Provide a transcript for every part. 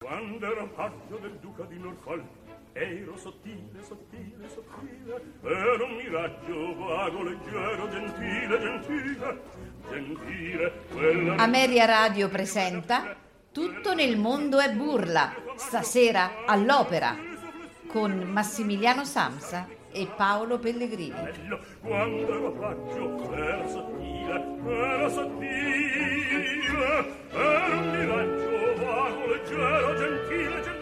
Quando ero paggio del duca di Norfolk, ero sottile, sottile, sottile, ero un miraggio vago, leggero, gentile, gentile, gentile. Quella... Ameria Radio presenta Tutto nel mondo è burla, stasera all'Opera, con Massimiliano Samsa e Paolo Pellegrini. Quando ero paggio, ero sottile, ero un miraggio vago, leggero, gentile, gentile.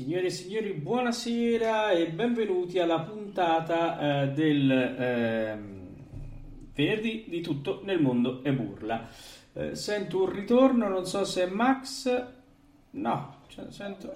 Signore e signori, buonasera e benvenuti alla puntata del venerdì di Tutto nel mondo e burla. Sento un ritorno, non so se è Max. No, sento.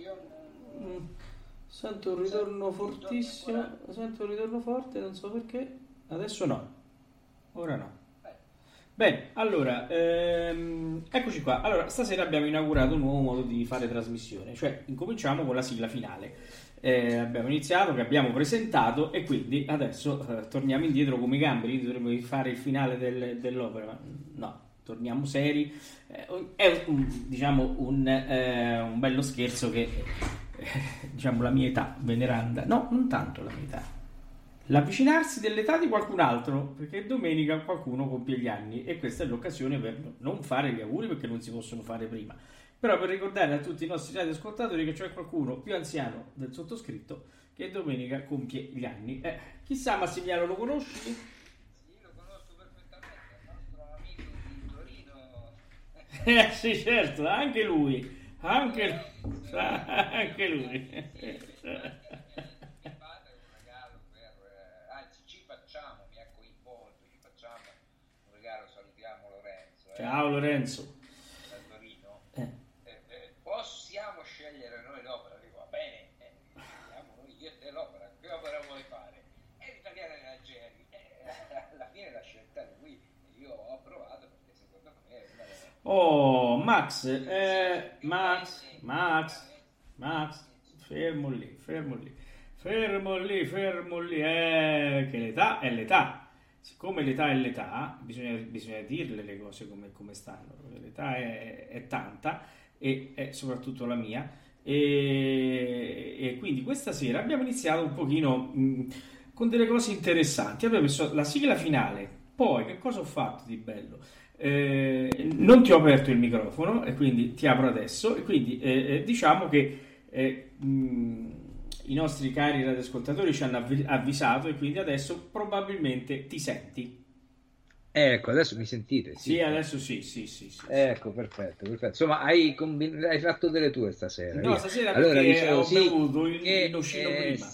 Sento un ritorno fortissimo. Sento un ritorno forte, non so perché. Adesso no. Ora no. Bene, allora, eccoci qua. Allora, stasera abbiamo inaugurato un nuovo modo di fare trasmissione, cioè incominciamo con la sigla finale. Abbiamo iniziato, che abbiamo presentato e quindi adesso torniamo indietro come i gamberi, dovremmo fare il finale dell'opera, ma no, torniamo seri. È un bello scherzo che, diciamo, la mia età veneranda, no, non tanto la mia età. L'avvicinarsi dell'età di qualcun altro, perché domenica qualcuno compie gli anni e questa è l'occasione per non fare gli auguri perché non si possono fare prima, però per ricordare a tutti i nostri radioascoltatori che c'è qualcuno più anziano del sottoscritto che domenica compie gli anni. Chissà, Massimiliano, lo conosci? Sì, lo conosco perfettamente, è il nostro amico di Torino. Sì, certo, anche lui. Ciao Lorenzo. Da Torino. Possiamo scegliere noi l'opera? Dico, va bene, vediamo noi io e te l'opera, che opera vuoi fare? E l'italiana in Algeri. Alla fine la scelta è lui, io ho approvato perché secondo me è una delle... Oh, Max, fermo lì, che l'età è l'età. Siccome l'età è l'età, bisogna dirle le cose come stanno. L'età è tanta e è soprattutto la mia. E quindi questa sera abbiamo iniziato un pochino con delle cose interessanti. Abbiamo messo la sigla finale. Poi, che cosa ho fatto di bello? Non ti ho aperto il microfono e quindi ti apro adesso. E quindi diciamo che i nostri cari radioascoltatori ci hanno avvisato e quindi adesso probabilmente ti senti. Ecco, adesso mi sentite? Sì, adesso sì. Ecco, perfetto. Insomma, hai fatto delle tue stasera. No, via. stasera Allora, perché dicevo, ho bevuto il nocino prima.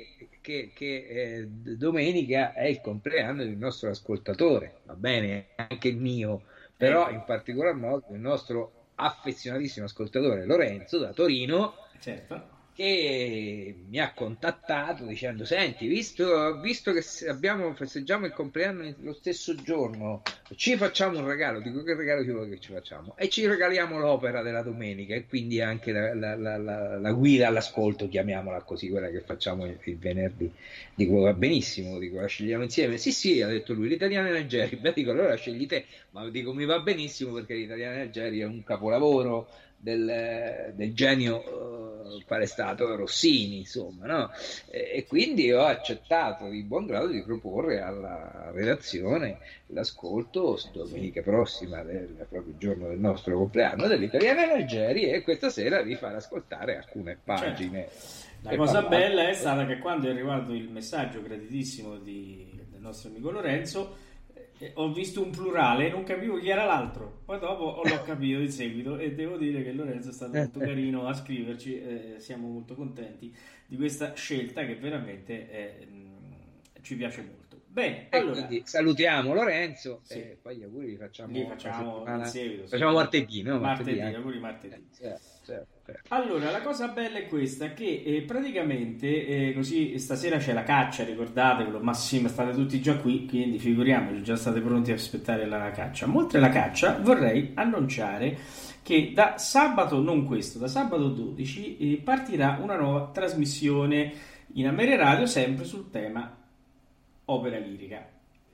Che domenica è il compleanno del nostro ascoltatore, va bene? Anche il mio, però in particolar modo il nostro affezionatissimo ascoltatore Lorenzo da Torino. Certo. Che mi ha contattato dicendo: senti, visto che festeggiamo il compleanno lo stesso giorno, ci facciamo un regalo. Dico, che regalo ti vuoi che ci facciamo? E ci regaliamo l'opera della domenica e quindi anche la guida all'ascolto, chiamiamola così, quella che facciamo il venerdì. Dico, va benissimo, dico, la scegliamo insieme. Sì, ha detto lui, l'italiana in Algeri. Beh, dico, allora scegli te. Ma dico, mi va benissimo perché l'italiana in Algeri è un capolavoro del genio quale è stato Rossini, insomma, no? E quindi ho accettato di buon grado di proporre alla redazione l'ascolto domenica prossima, proprio il giorno del nostro compleanno, dell'italiana in Algeri, e questa sera vi far ascoltare alcune pagine. La cosa bella è stata che quando è arrivato il messaggio graditissimo del nostro amico Lorenzo, ho visto un plurale e non capivo chi era l'altro, poi dopo l'ho capito in seguito e devo dire che Lorenzo è stato molto carino a scriverci, siamo molto contenti di questa scelta che veramente ci piace molto. Bene, allora quindi salutiamo Lorenzo e poi gli auguri li facciamo in seguito. Facciamo martedì, no? Auguri martedì. Certo. Allora, la cosa bella è questa, che praticamente così stasera c'è la caccia, ricordatevelo, ma sì, ma state tutti già qui, quindi figuriamoci, già state pronti a aspettare la caccia. Ma oltre alla caccia vorrei annunciare che da sabato, non questo, da sabato 12 partirà una nuova trasmissione in Ameria Radio sempre sul tema opera lirica.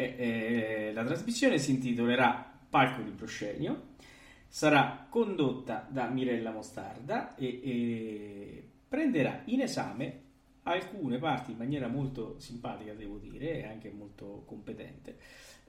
La trasmissione si intitolerà Palco di Proscenio. Sarà condotta da Mirella Mostarda e prenderà in esame alcune parti in maniera molto simpatica, devo dire, e anche molto competente.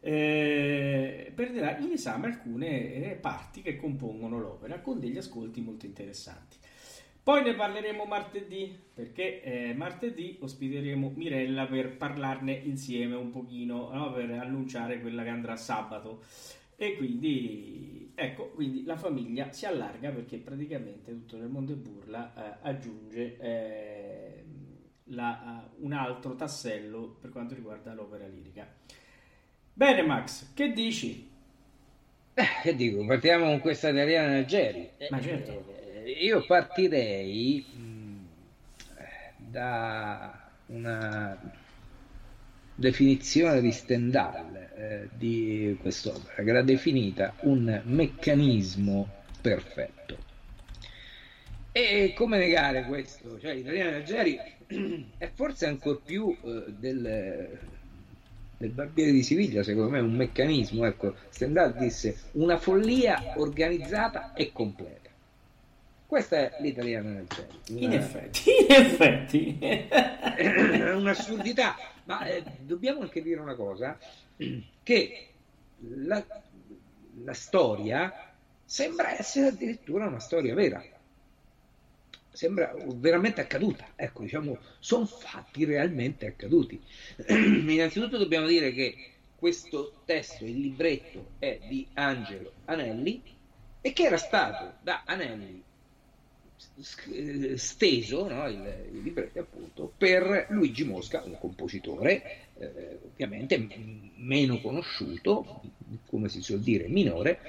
Prenderà in esame alcune parti che compongono l'opera con degli ascolti molto interessanti. Poi ne parleremo martedì, perché martedì ospiteremo Mirella per parlarne insieme un pochino, no? Per annunciare quella che andrà sabato. E quindi, ecco, quindi la famiglia si allarga perché praticamente tutto nel mondo è burla aggiunge un altro tassello per quanto riguarda l'opera lirica. Bene Max, che dici? Che dico, partiamo con questa italiana Algeri. Ma certo. Io partirei da una definizione di Stendhal di quest'opera, che l'ha definita un meccanismo perfetto. E come negare questo? Cioè, l'italiana Algeri è forse ancor più del Barbiere di Siviglia, secondo me, un meccanismo. Ecco, Stendhal disse una follia organizzata e completa. Questa è l'italiana nel cielo. In effetti. Un'assurdità. Ma dobbiamo anche dire una cosa, che la storia sembra essere addirittura una storia vera. Sembra veramente accaduta. Ecco, diciamo, sono fatti realmente accaduti. Innanzitutto dobbiamo dire che questo testo, il libretto, è di Angelo Anelli e che era stato da Anelli steso, no, il libretto appunto, per Luigi Mosca, un compositore ovviamente meno conosciuto, come si suol dire, minore,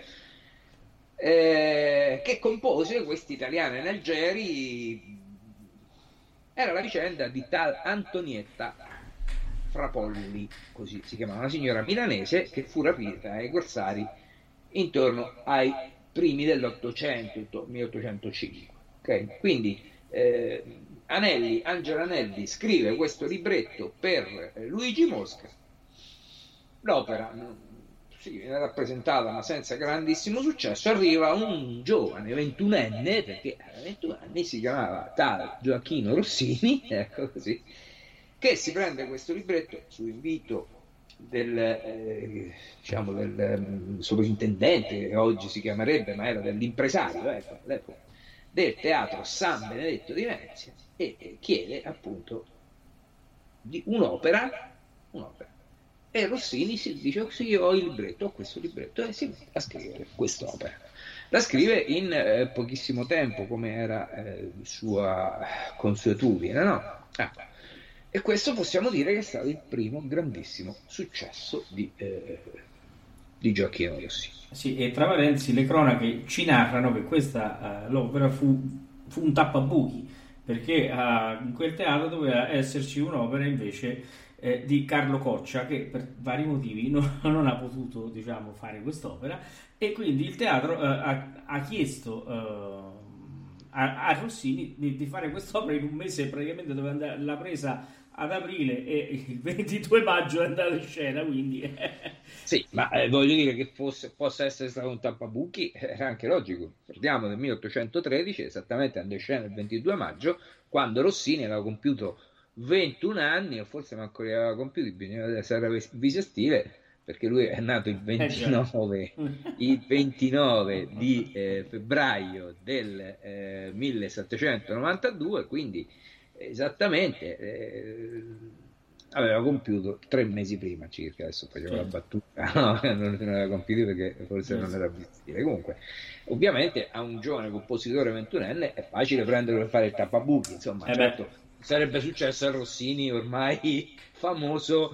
che compose questi italiani in Algeri. Era la vicenda di tal Antonietta Frapolli, così si chiamava, una signora milanese che fu rapita ai corsari intorno ai primi dell'800, 1805. Okay? Quindi Angelo Anelli scrive questo libretto per Luigi Mosca. L'opera viene rappresentata ma senza grandissimo successo. Arriva un giovane 21enne, perché a 21 anni si chiamava tal Gioacchino Rossini, ecco così, che si prende questo libretto su invito del sovrintendente, che oggi si chiamerebbe, ma era dell'impresario all'epoca, del teatro San Benedetto di Venezia, e chiede appunto di un'opera. E Rossini si dice: sì, io ho il libretto, ho questo libretto, e si mette a scrivere quest'opera. La scrive in pochissimo tempo, come era sua consuetudine, no? E questo possiamo dire che è stato il primo grandissimo successo di Gioacchino Rossini. Sì, e tra parentesi le cronache ci narrano che questa l'opera fu un tappabuchi, perché in quel teatro doveva esserci un'opera invece di Carlo Coccia, che per vari motivi non ha potuto, diciamo, fare quest'opera, e quindi il teatro ha chiesto a Rossini di fare quest'opera in un mese. Praticamente doveva andare, l'ha presa ad aprile e il 22 maggio è andato in scena, quindi sì, ma voglio dire che possa essere stato un tappabuchi, era anche logico. Parliamo del 1813, esattamente andò in scena il 22 maggio, quando Rossini aveva compiuto 21 anni, o forse manco li aveva compiuti, bisogna vedere se era bisestile, perché lui è nato il 29 di febbraio del 1792, quindi esattamente aveva compiuto 3 mesi prima circa. Adesso facevo la battuta, no? Non aveva compiuto perché forse non era bisestile. Comunque, ovviamente a un giovane compositore 21enne è facile prenderlo per fare il tappabuchi, insomma, certo. Sarebbe successo a Rossini, ormai famoso,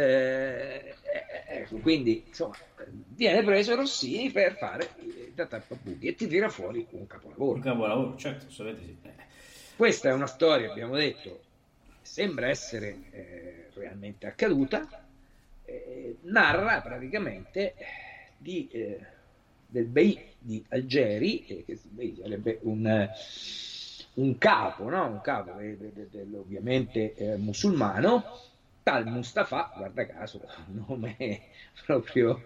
quindi insomma viene preso Rossini per fare da tappabuchi e ti tira fuori un capolavoro. Un capolavoro, certo, sapete, sì. Questa è una storia, abbiamo detto, sembra essere realmente accaduta, narra praticamente del Bey di Algeri, che sarebbe un capo, no? Un capo ovviamente musulmano, tal Mustafa, guarda caso, un nome proprio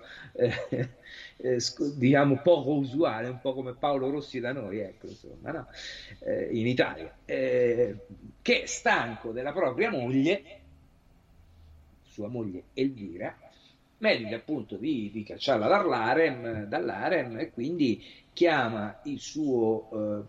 diciamo poco usuale, un po' come Paolo Rossi da noi, ecco, insomma, no? In Italia, che è stanco della propria moglie, sua moglie Elvira, merita appunto di cacciarla dall'harem, e quindi chiama il suo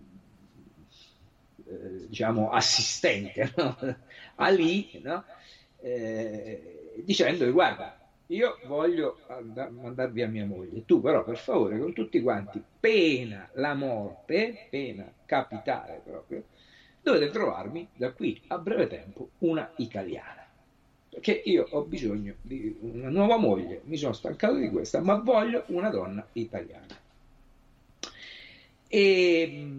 diciamo assistente, no? Ali, no? Dicendo: guarda, io voglio mandar via mia moglie, tu però per favore con tutti quanti, pena la morte, pena capitale proprio, dovete trovarmi da qui a breve tempo una italiana, perché io ho bisogno di una nuova moglie, mi sono stancato di questa, ma voglio una donna italiana. E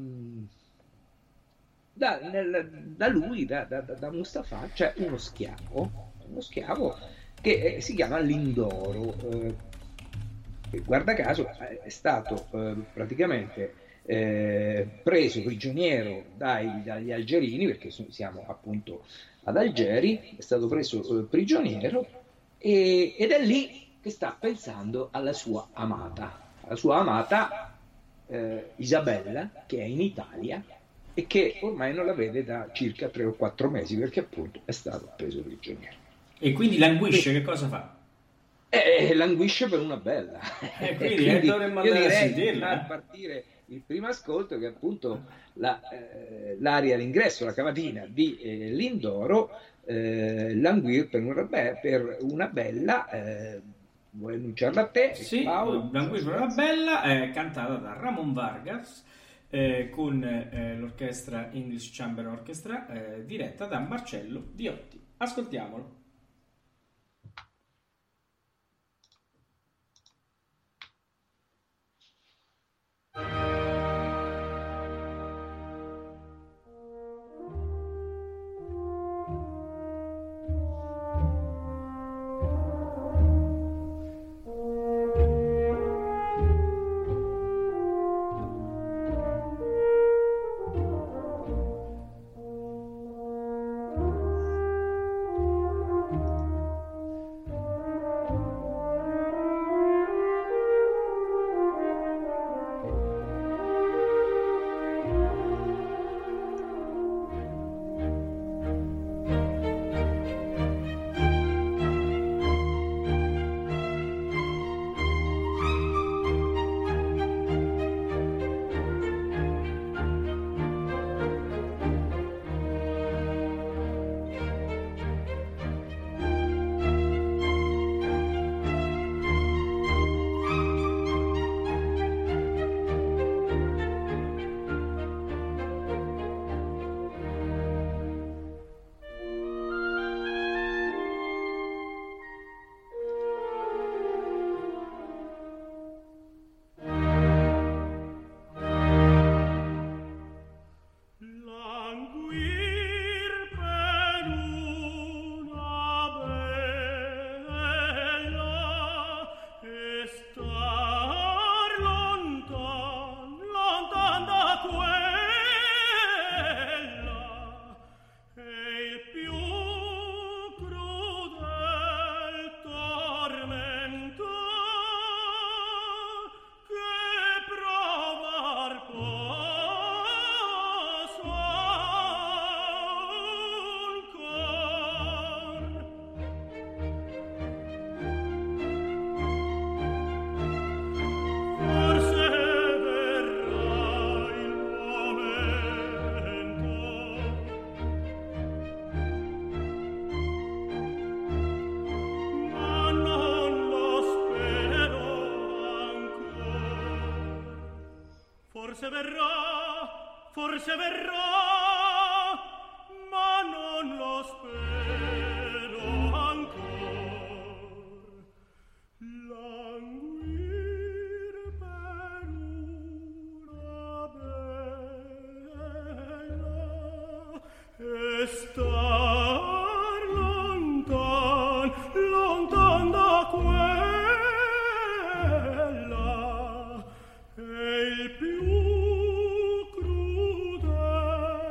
da lui, da Mustafa, c'è uno schiavo che si chiama Lindoro, che guarda caso è stato praticamente preso prigioniero dagli algerini, perché siamo appunto ad Algeri, è stato preso prigioniero ed è lì che sta pensando alla sua amata Isabella, che è in Italia e che ormai non la vede da circa 3 o 4 mesi, perché appunto è stato preso prigioniero. E quindi languisce, che cosa fa? Languisce per una bella. Quindi dovremmo andare a sentirla. Far partire il primo ascolto, che è appunto l'aria d'ingresso, la cavatina di Lindoro, Languir per una bella. Vuoi annunciarla a te? Sì, Paolo? Languir per una bella, cantata da Ramon Vargas, con l'orchestra English Chamber Orchestra, diretta da Marcello Diotti. Ascoltiamolo. Forse verrà, ma non lo spero ancor. Languir per una bella e star lontan, lontan da quella è il più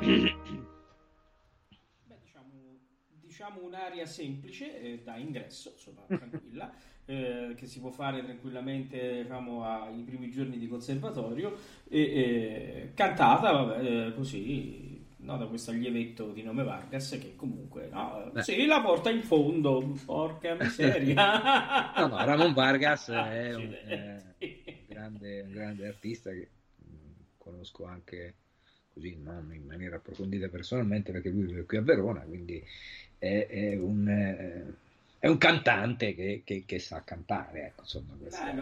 Diciamo un'aria semplice da ingresso, insomma, tranquilla, che si può fare tranquillamente, diciamo, ai primi giorni di conservatorio, cantata, vabbè, così, no, da questo allievetto di nome Vargas, che comunque, no, sì, la porta in fondo, porca miseria. No, Ramon Vargas è un grande artista che conosco anche così, non in maniera approfondita personalmente, perché lui vive qui a Verona, quindi è un cantante che sa cantare, ecco, insomma,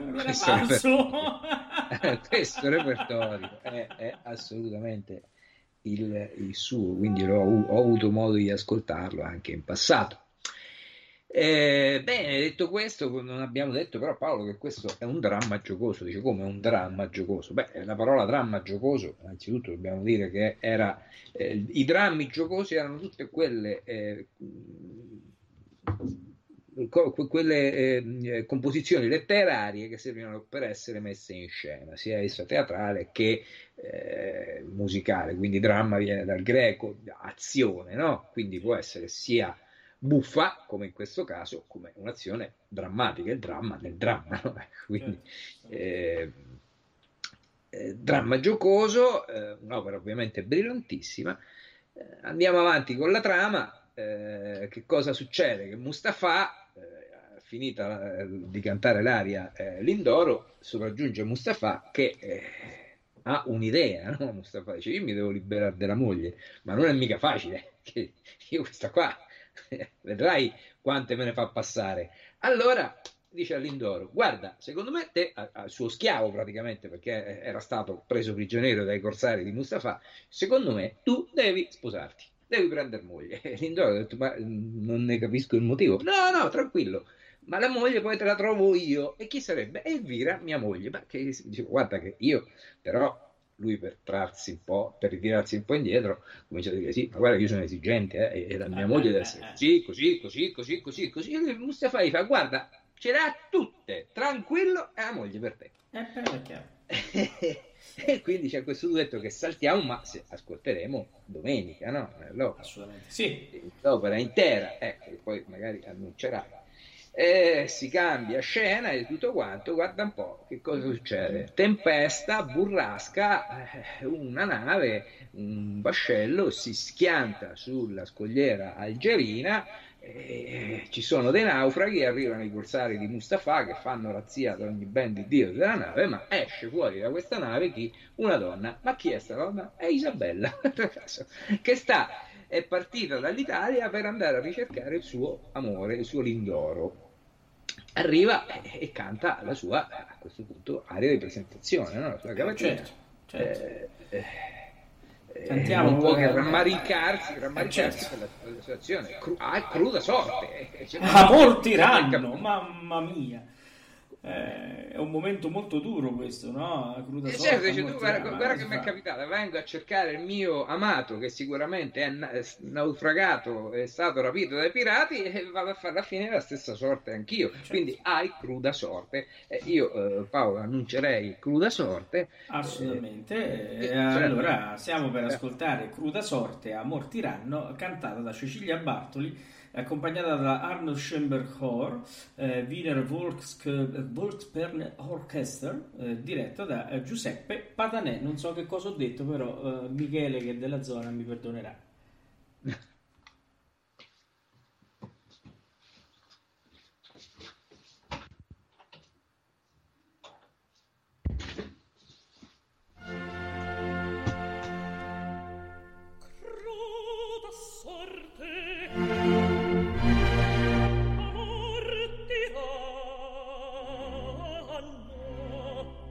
questo repertorio è assolutamente il suo, quindi ho avuto modo di ascoltarlo anche in passato. Bene, detto questo, non abbiamo detto però, Paolo, che questo è un dramma giocoso. Dice, come un dramma giocoso? Beh, la parola dramma giocoso, innanzitutto dobbiamo dire che i drammi giocosi erano tutte quelle composizioni letterarie che servivano per essere messe in scena, sia essa teatrale che musicale. Quindi dramma viene dal greco azione, no? Quindi può essere sia buffa, come in questo caso, come un'azione drammatica, il dramma nel dramma, no? Quindi dramma giocoso, un'opera ovviamente brillantissima. Andiamo avanti con la trama. Che cosa succede? Che Mustafà, finita di cantare l'aria Lindoro, sopraggiunge Mustafà che ha un'idea, no? Mustafà dice, io mi devo liberare della moglie, ma non è mica facile, che io questa qua vedrai quante me ne fa passare. Allora dice a Lindoro, guarda, secondo me te, al suo schiavo praticamente, perché era stato preso prigioniero dai corsari di Mustafà, secondo me tu devi sposarti, devi prendere moglie. E Lindoro ha detto, ma non ne capisco il motivo. No, tranquillo, ma la moglie poi te la trovo io. E chi sarebbe? Elvira, mia moglie. Ma che dice, guarda che io, però lui per ritirarsi un po' indietro, comincia a dire sì, ma guarda, io sono esigente, e la mia moglie deve essere così. E lui, Mustafa, gli fa, guarda, ce le ha tutte, tranquillo, è la moglie per te. E quindi c'è questo duetto che saltiamo, ma se ascolteremo domenica, no? Assolutamente sì. L'opera intera, che poi magari annuncerà. Si cambia scena e tutto quanto, guarda un po' che cosa succede. Tempesta, burrasca, una nave, un vascello si schianta sulla scogliera algerina, ci sono dei naufraghi, arrivano i corsari di Mustafà che fanno razzia ad ogni ben di Dio della nave, ma esce fuori da questa nave chi? Una donna. Ma chi è sta donna? È Isabella, che è partita dall'Italia per andare a ricercare il suo amore, il suo Lindoro. Arriva e canta la sua, a questo punto, aria di presentazione, no? La sua cavatina. Certo. Cantiamo un po' che rammaricarsi per la situazione. Cruda sorte. Amor tiranno, mamma mia. È un momento molto duro questo, no? Cruda sorte, certo, dice, tu guarda che mi è capitato, vengo a cercare il mio amato che sicuramente è naufragato, è stato rapito dai pirati, e vado a fare la fine la stessa sorte anch'io. Certo. Quindi hai cruda sorte. Io, Paolo, annuncerei cruda sorte. Assolutamente. Allora stiamo per ascoltare Cruda sorte, Amor tiranno, cantata da Cecilia Bartoli, accompagnata da Arno Schoenberg Wiener Volksbern Orchester, diretta da Giuseppe Patanè. Non so che cosa ho detto, però Michele, che è della zona, mi perdonerà.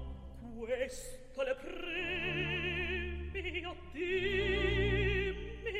Questa le premi, oh dimmi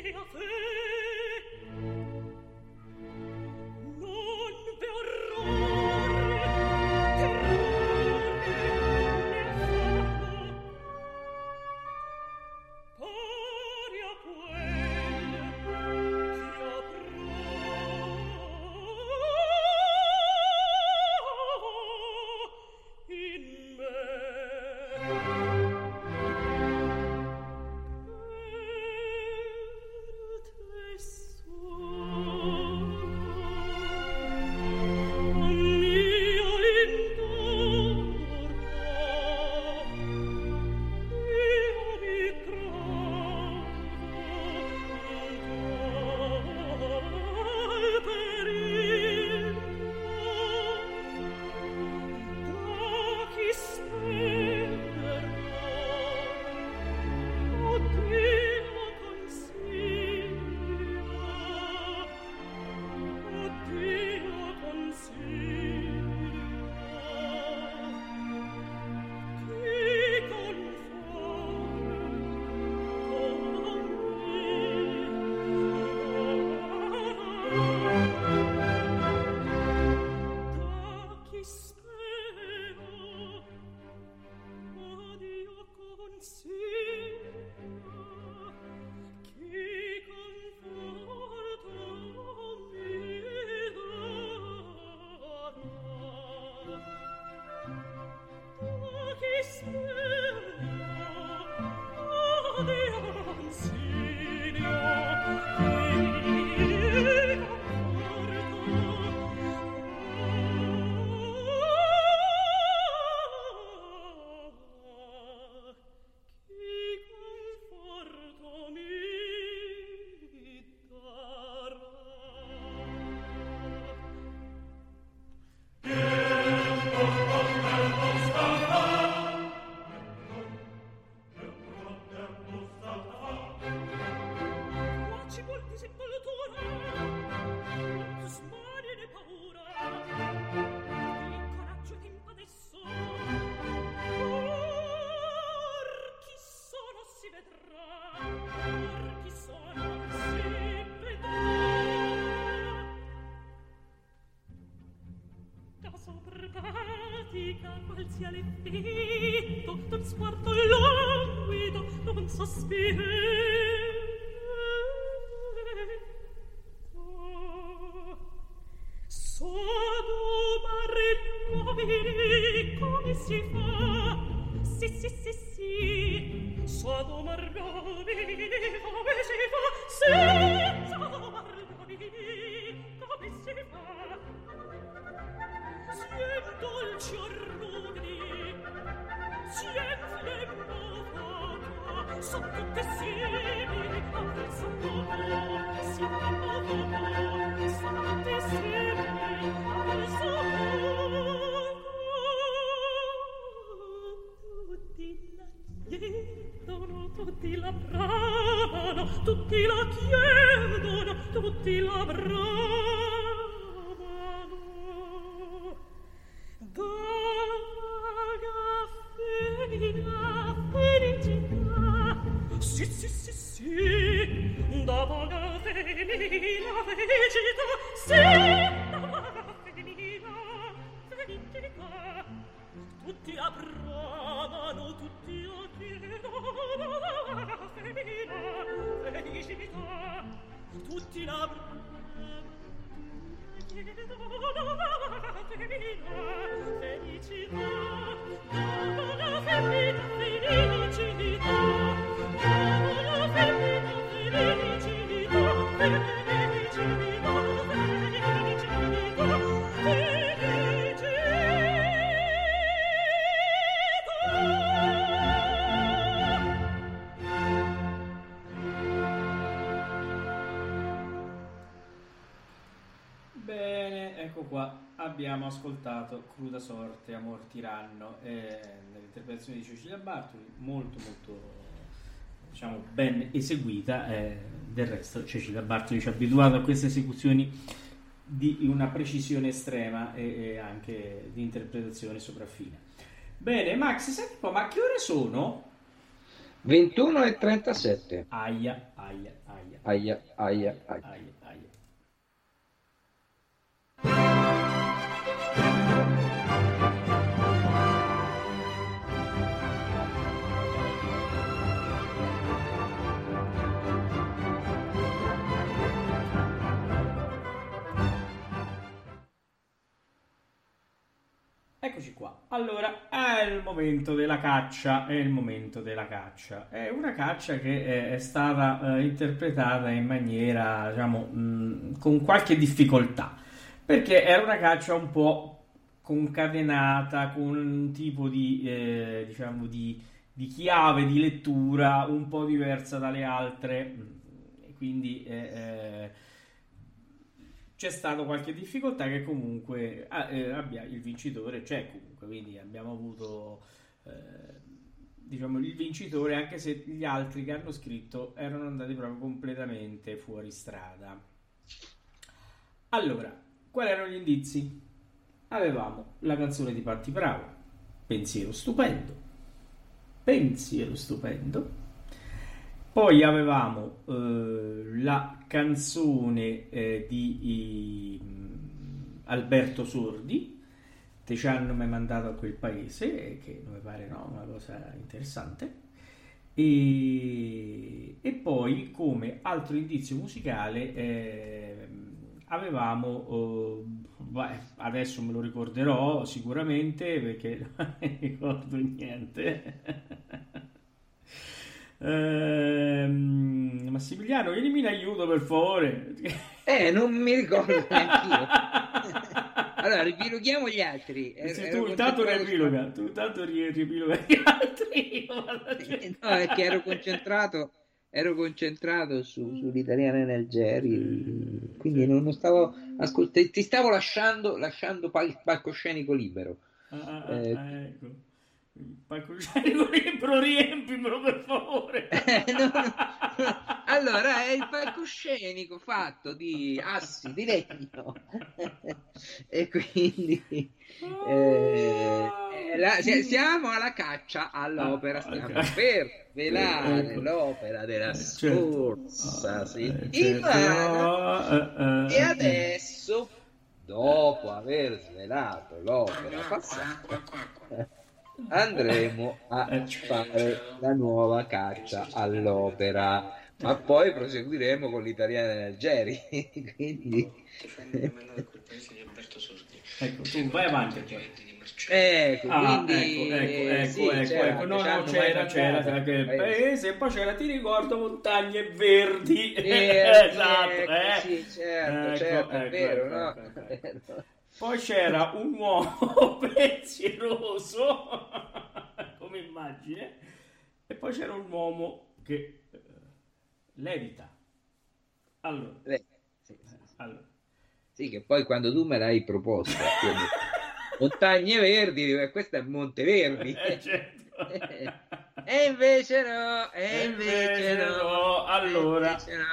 Abbiamo ascoltato Cruda sorte, amor tiranno, nell'interpretazione di Cecilia Bartoli, molto diciamo ben eseguita. Del resto Cecilia Bartoli ci ha abituato a queste esecuzioni di una precisione estrema e anche di interpretazione sopraffine. Bene, Max, senti un po', ma che ore sono? 21:37. Aia. Eccoci qua. Allora, è il momento della caccia. È una caccia che è stata interpretata in maniera, diciamo, con qualche difficoltà, perché era una caccia un po' concatenata con un tipo di diciamo di chiave di lettura un po' diversa dalle altre, e quindi c'è stata qualche difficoltà che comunque il vincitore c'è comunque, quindi abbiamo avuto diciamo il vincitore, anche se gli altri che hanno scritto erano andati proprio completamente fuori strada. Allora, quali erano gli indizi? Avevamo la canzone di Patti Bravo, Pensiero stupendo, Poi avevamo la canzone di Alberto Sordi, Te ci hanno mai mandato a quel paese, che non mi pare una cosa interessante. E poi come altro indizio musicale avevamo, adesso me lo ricorderò sicuramente perché non mi ricordo niente. Massimiliano, vieni in aiuto per favore. Non mi ricordo neanch'io. Allora, ripiloghiamo gli altri. Tu intanto riepiloga gli altri. No, è che ero concentrato sull'italiana nel Jerry, quindi non stavo ascoltando, ti stavo lasciando palcoscenico libero. Ecco. Il palcoscenico libero, riempimelo per favore. No. Allora è il palcoscenico fatto di assi di legno e quindi siamo alla caccia all'opera, stiamo per velare l'opera della scorsa settimana e adesso, dopo aver svelato l'opera passata, andremo a fare la nuova caccia all'opera, ma poi proseguiremo con l'italiana nel Jerry. Quindi ecco, tu vai avanti. Ecco, quindi ecco. No, c'era quel paese e poi c'era, ti ricordo, montagne verdi. Esatto, sì, certo, è vero, no? Poi c'era un uomo pensieroso come immagine e poi c'era un uomo che levita. Allora, sì, che poi quando tu me l'hai proposta montagne verdi, questo è Monteverdi. Certo. E invece no. Allora,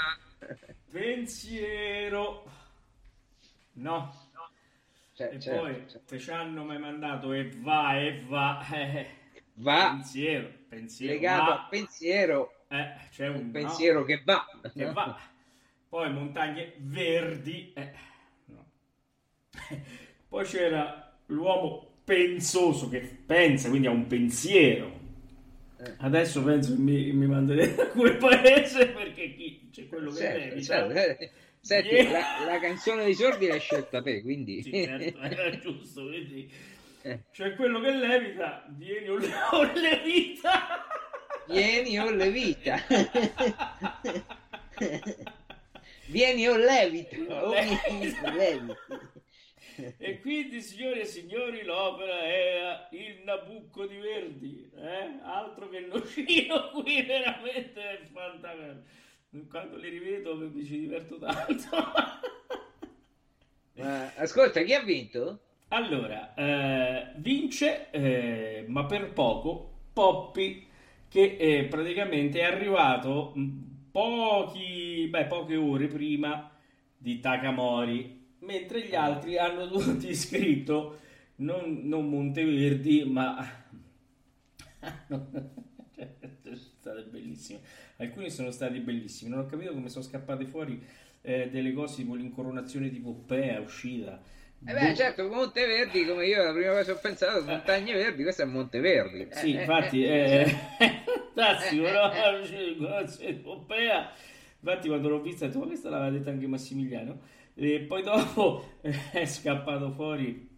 pensiero no. Poi te ci hanno mai mandato e va pensiero legato a pensiero, c'è un pensiero che va. Poi montagne verdi, no. Poi c'era l'uomo pensoso che pensa, quindi ha un pensiero. Adesso penso che mi manderete a quel paese perché c'è quello che levita. Senti, la canzone dei sordi l'hai scelta te, quindi sì, certo, era giusto, quindi c'è quello che levita, vieni o levita. Vieni o levita. Vieni o levita. E quindi, signore e signori, l'opera era il Nabucco di Verdi, altro che nocino, qui veramente è fantastico. Quando li rivedo mi ci diverto tanto. Ascolta, chi ha vinto? Allora, vince, ma per poco, Poppy, che praticamente è arrivato poche ore prima di Takamori, mentre gli altri hanno tutti scritto non Monteverdi, ma sono state bellissime. Alcuni sono stati bellissimi, non ho capito come sono scappate fuori delle cose tipo l'incoronazione di Poppea uscita. Certo, Monteverdi, come io la prima cosa ho pensato, montagne verdi, questo è Monteverdi. Sì, infatti fantastico, no? Poppea. Infatti quando l'ho vista ho detto, ma questa l'aveva detta anche Massimiliano. E poi dopo è scappato fuori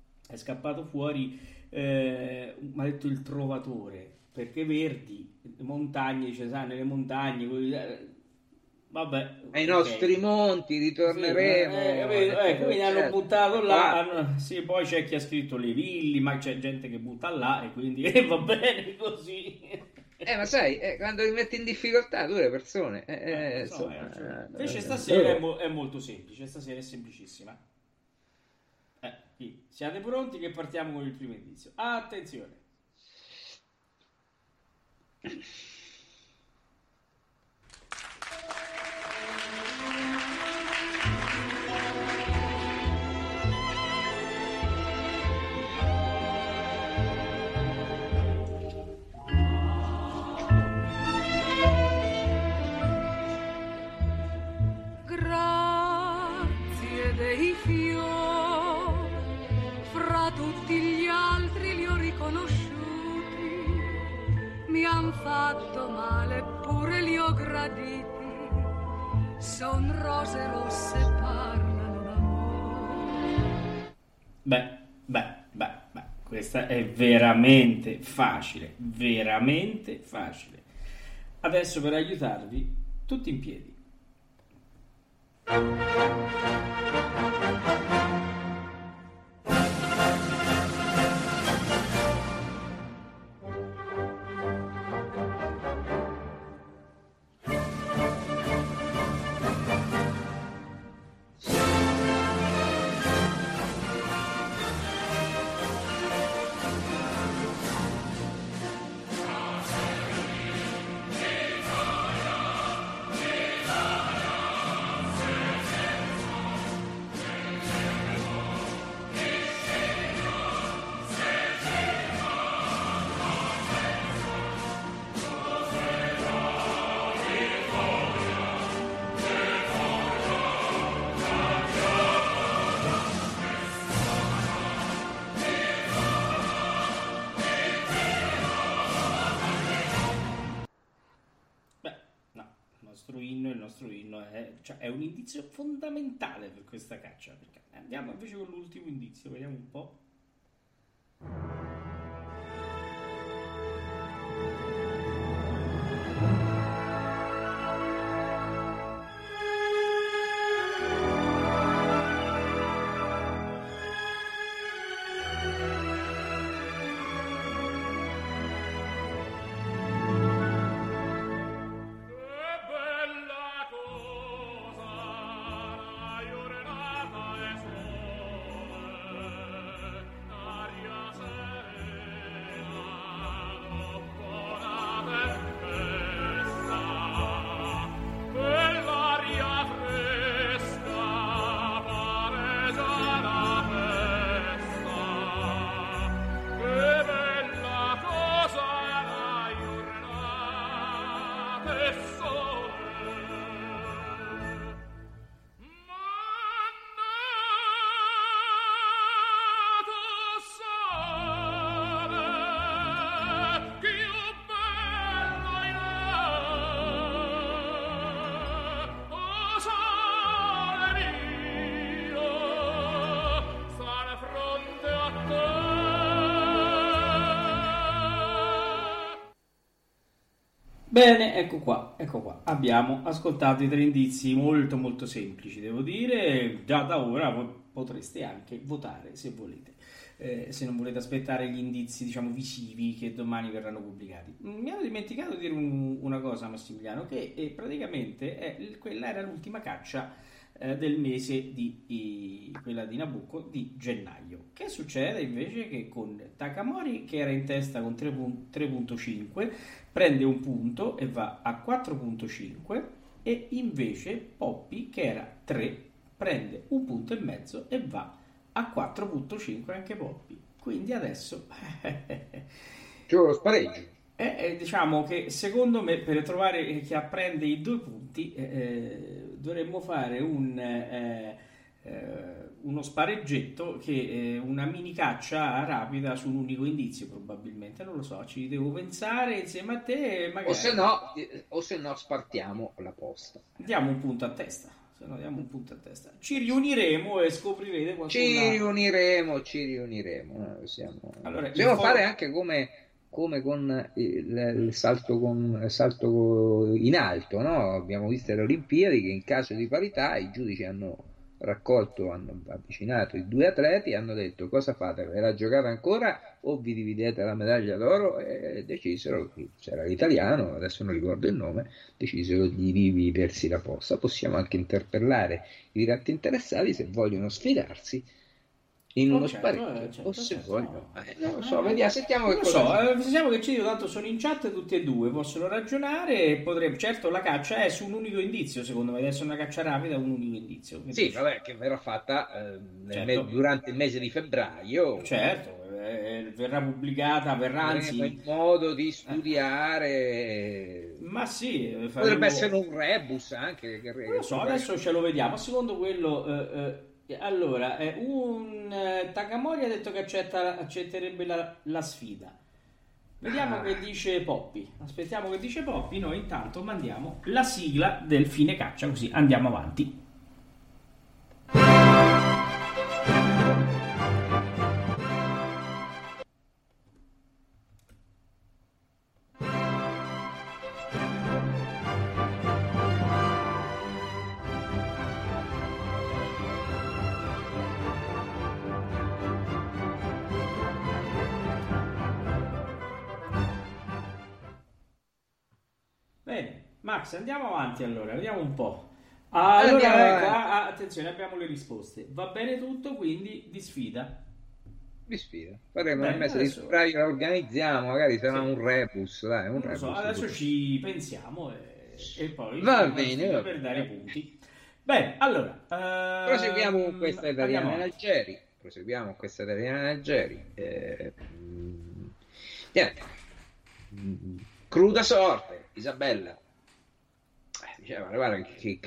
mi ha detto il trovatore, perché verdi, montagne, dice, nelle montagne, vabbè, ai nostri monti ritorneremo. Quindi hanno buttato là, sì, poi c'è chi ha scritto le villi, ma c'è gente che butta là e quindi va bene così. Ma sai, quando li metti in difficoltà tu le persone invece stasera è molto semplice, stasera è semplicissima. Siate pronti che partiamo con il primo indizio. Attenzione. m'han fatto male, pure li ho graditi. Son rose rosse, parlano d'amore. Beh, questa è veramente facile, veramente facile. Adesso per aiutarvi, tutti in piedi. Il nostro inno è un indizio fondamentale per questa caccia. Perché andiamo invece con l'ultimo indizio, vediamo un po'. Bene, ecco qua, abbiamo ascoltato i 3 indizi molto molto semplici, devo dire. Già da ora voi potreste anche votare se volete, se non volete aspettare gli indizi, diciamo, visivi che domani verranno pubblicati. Mi ero dimenticato di dire una cosa, Massimiliano, che praticamente quella era l'ultima caccia del mese di quella di Nabucco di gennaio. Che succede invece? Che con Takamori, che era in testa con 3.5, prende un punto e va a 4.5, e invece Poppy, che era 3, prende un punto e mezzo e va a 4.5 anche Poppy. Quindi adesso c'è lo spareggio. Diciamo che secondo me per trovare chi prende i 2 punti dovremmo fare uno spareggetto, che una mini caccia rapida su un unico indizio, probabilmente, non lo so, ci devo pensare insieme a te magari. O se no spartiamo la posta, diamo un punto a testa. Ci riuniremo e scoprirete qualcosa. Ci riuniremo. Allora, dobbiamo fare anche come con il salto in alto, no? Abbiamo visto alle Olimpiadi che in caso di parità i giudici hanno avvicinato i 2 atleti e hanno detto: cosa fate? Ve la giocate ancora o vi dividete la medaglia d'oro? E decisero, c'era l'italiano, adesso non ricordo il nome, decisero di dividersi la posta. Possiamo anche interpellare i diretti interessati se vogliono sfidarsi in uno spareggio, o se vogliono, non lo so, vediamo, sentiamo che cosa. Diciamo che tanto sono in chat tutti e 2, possono ragionare e potrebbe. Certo, la caccia è su un unico indizio, secondo me, adesso è una caccia rapida, un unico indizio. Sì, vabbè, che verrà fatta durante il mese di febbraio. Certo, verrà pubblicata, anzi il modo di studiare. Ma sì, potrebbe essere un rebus anche. Non lo so, adesso ce lo vediamo. Secondo quello. Allora, Takamori ha detto che accetterebbe la sfida. Vediamo che dice Poppy. Aspettiamo che dice Poppy. Noi intanto mandiamo la sigla del fine caccia, così andiamo avanti. Bene, Max, andiamo avanti allora, vediamo un po'. Allora, ecco, attenzione, abbiamo le risposte. Va bene tutto, quindi di sfida. Di sfida. Faremo un mese di sfida, organizziamo, magari sarà un rebus, dai, un rebus. So, adesso ci pensiamo e poi va bene, per dare punti. Bene, allora proseguiamo con questa italiana in Algeri. Cruda sorte, Isabella. Diceva, guarda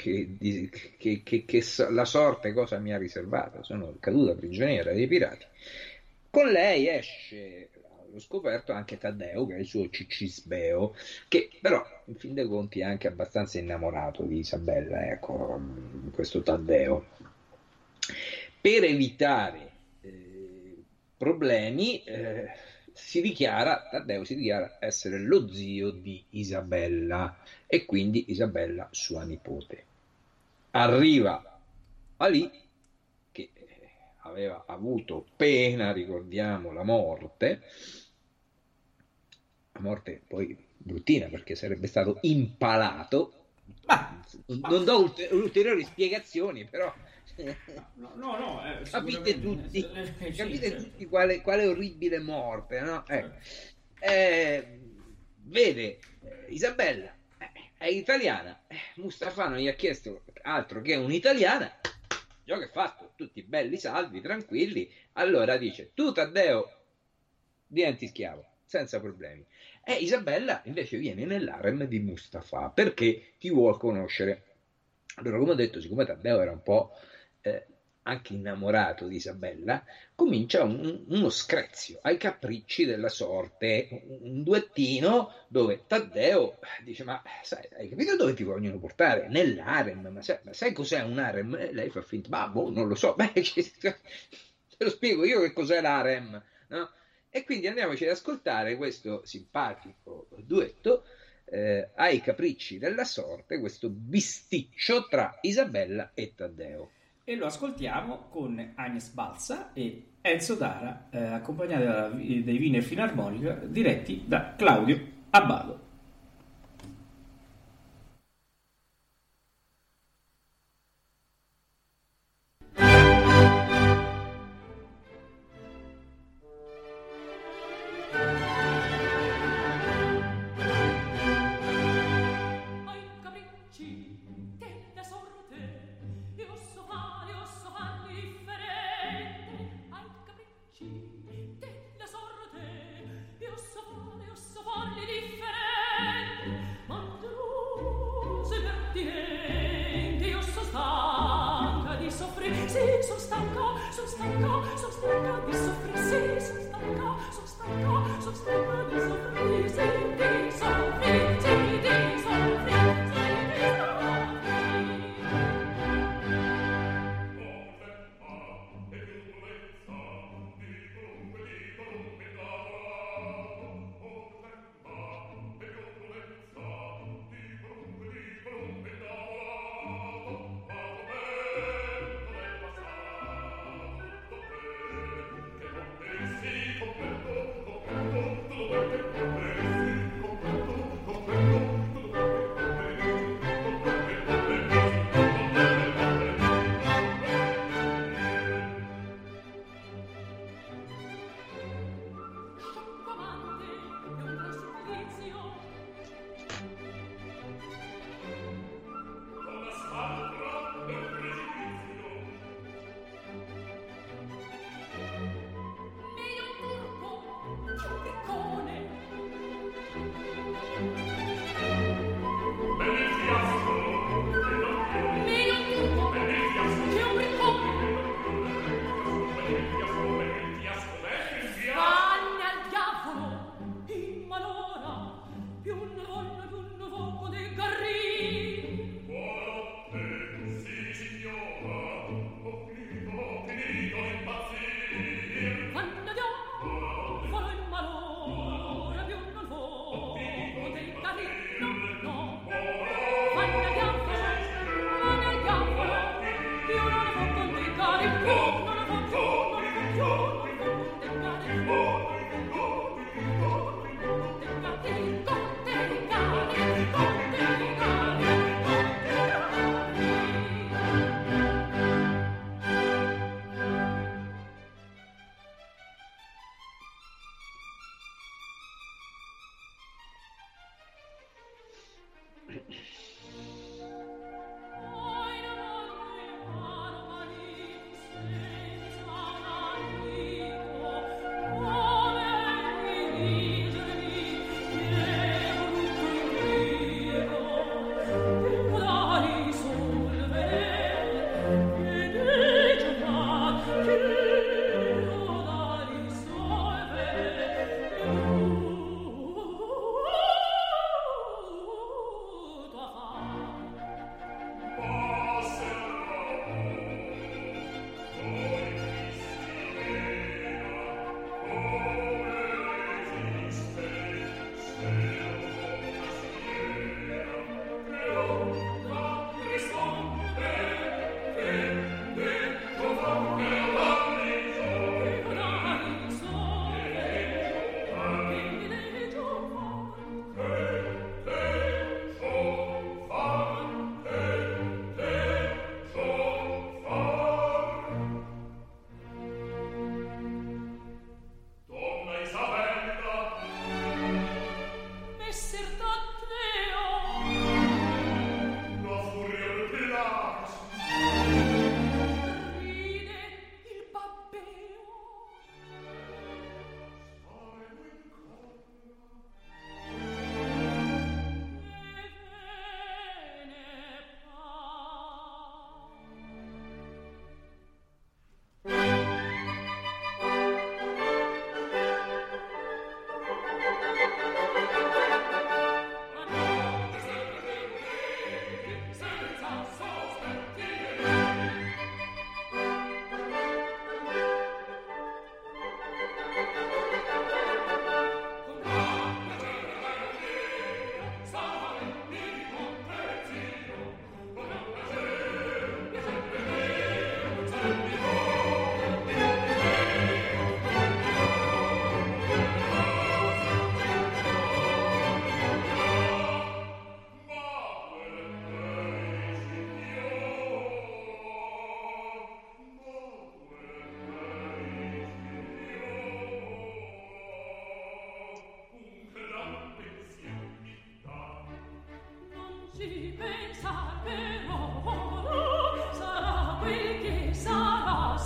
che la sorte cosa mi ha riservato, sono caduta prigioniera dei pirati. Con lei esce allo scoperto anche Taddeo, che è il suo cicisbeo, che però in fin dei conti è anche abbastanza innamorato di Isabella, ecco, questo Taddeo. Per evitare problemi Taddeo si dichiara essere lo zio di Isabella e quindi Isabella sua nipote. Arriva Ali, che aveva avuto pena, ricordiamo, la morte poi bruttina perché sarebbe stato impalato. Non do ulteriori spiegazioni, però capite tutti quale orribile morte, no? Vede Isabella è italiana, Mustafa non gli ha chiesto altro che un'italiana, gioco è fatto, tutti belli salvi, tranquilli. Allora dice: tu Taddeo diventi schiavo senza problemi, e Isabella invece viene nell'harem di Mustafa perché ti vuol conoscere. Allora, come ho detto, siccome Taddeo era un po' anche innamorato di Isabella, comincia uno screzio ai capricci della sorte, un duettino dove Taddeo dice: ma sai, hai capito dove ti vogliono portare? Nell'harem. Ma sai cos'è un harem? E lei fa finta: ma non lo so. Te lo spiego io che cos'è l'harem, no? E quindi andiamoci ad ascoltare questo simpatico duetto ai capricci della sorte, questo bisticcio tra Isabella e Taddeo. E lo ascoltiamo con Agnes Balsa e Enzo Dara, accompagnati dai Wiener Filarmonica, diretti da Claudio Abbado.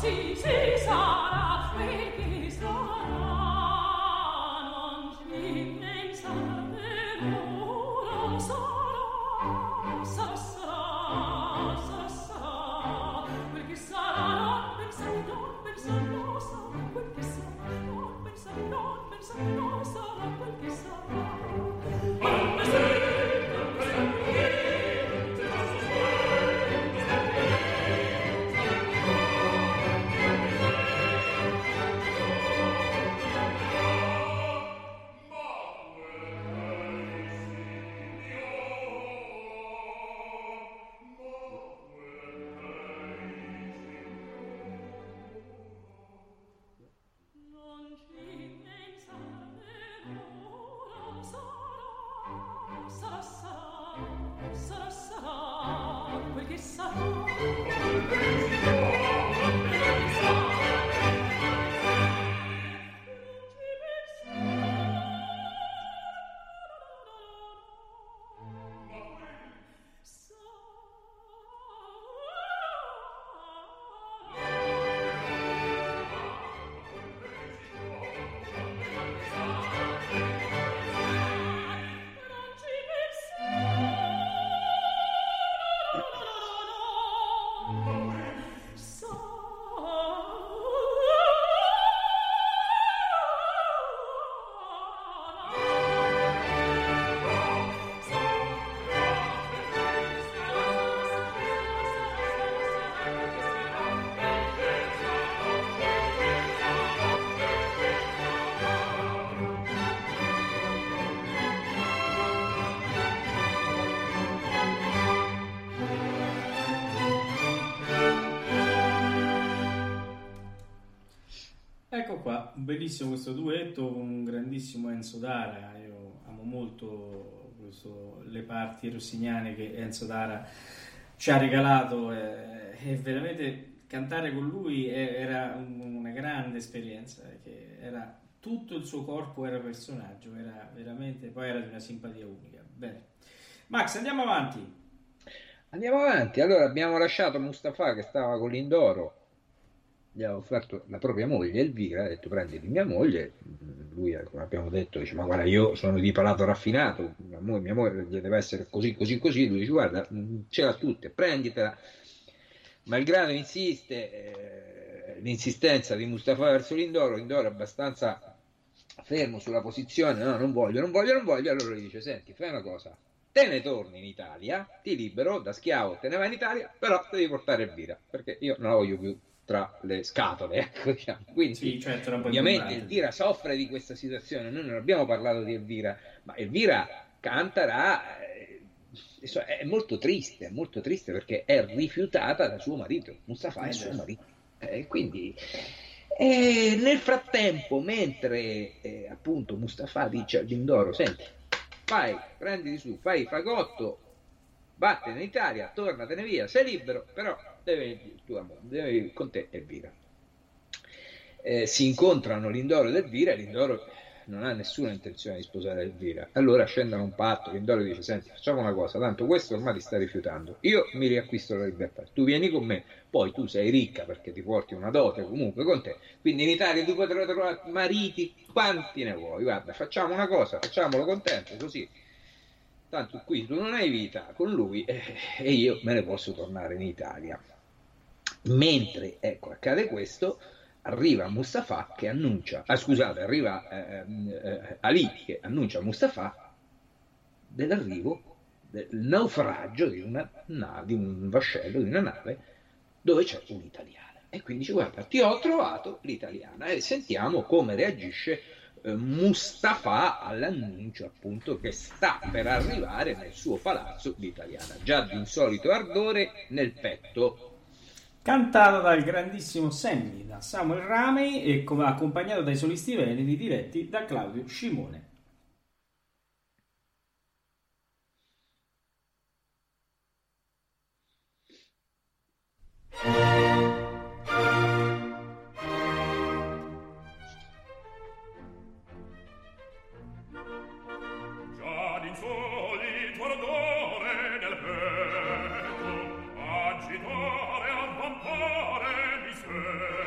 Ecco qua, bellissimo questo duetto, un grandissimo Enzo Dara. Io amo molto le parti rossiniane che Enzo Dara ci ha regalato, e veramente cantare con lui era una grande esperienza, che era tutto il suo corpo era personaggio, era veramente, poi era di una simpatia unica. Bene, Max, andiamo avanti. Allora abbiamo lasciato Mustafà che stava con Lindoro, gli ha offerto la propria moglie Elvira, ha detto prenditi mia moglie. Lui, come abbiamo detto, dice ma guarda, io sono di palato raffinato, mia moglie deve essere così. Lui dice guarda, ce l'ha tutte, prenditela. Malgrado l'insistenza di Mustafà verso Lindoro è abbastanza fermo sulla posizione, no, non voglio, allora gli dice senti, fai una cosa, te ne torni in Italia, ti libero da schiavo, te ne vai in Italia, però devi portare Elvira, perché io non la voglio più tra le scatole, ecco, diciamo. Quindi sì, certo, ovviamente Elvira soffre di questa situazione. Noi non abbiamo parlato di Elvira, ma Elvira canterà, è molto triste perché è rifiutata da suo marito. Mustafà è suo marito, quindi nel frattempo, mentre appunto Mustafà dice a Lindoro senti, prenditi su, fai il fagotto, vattene in Italia, tornatene via, sei libero, però devi con te Elvira. Si incontrano Lindoro ed Elvira, e Lindoro non ha nessuna intenzione di sposare Elvira. Allora scendono un patto, Lindoro dice senti, facciamo una cosa, tanto questo ormai ti sta rifiutando, io mi riacquisto la libertà, tu vieni con me, poi tu sei ricca perché ti porti una dote comunque con te, quindi in Italia tu potrai trovare mariti quanti ne vuoi, guarda, facciamo una cosa, facciamolo contento, così tanto qui tu non hai vita con lui e io me ne posso tornare in Italia. Mentre accade questo, arriva Mustafà che annuncia, arriva Ali che annuncia a Mustafà dell'arrivo, del naufragio di un vascello, di una nave dove c'è un'italiana, e quindi dice guarda, ti ho trovato l'italiana, e sentiamo come reagisce Mustafà all'annuncio appunto che sta per arrivare nel suo palazzo l'italiana, già di un solito ardore nel petto. Cantata dal grandissimo Sammy, da Samuel Ramey, e accompagnato dai solisti veneti diretti da Claudio Scimone. Già d'insolito ardore nel petto, agitare, avvampare di sé.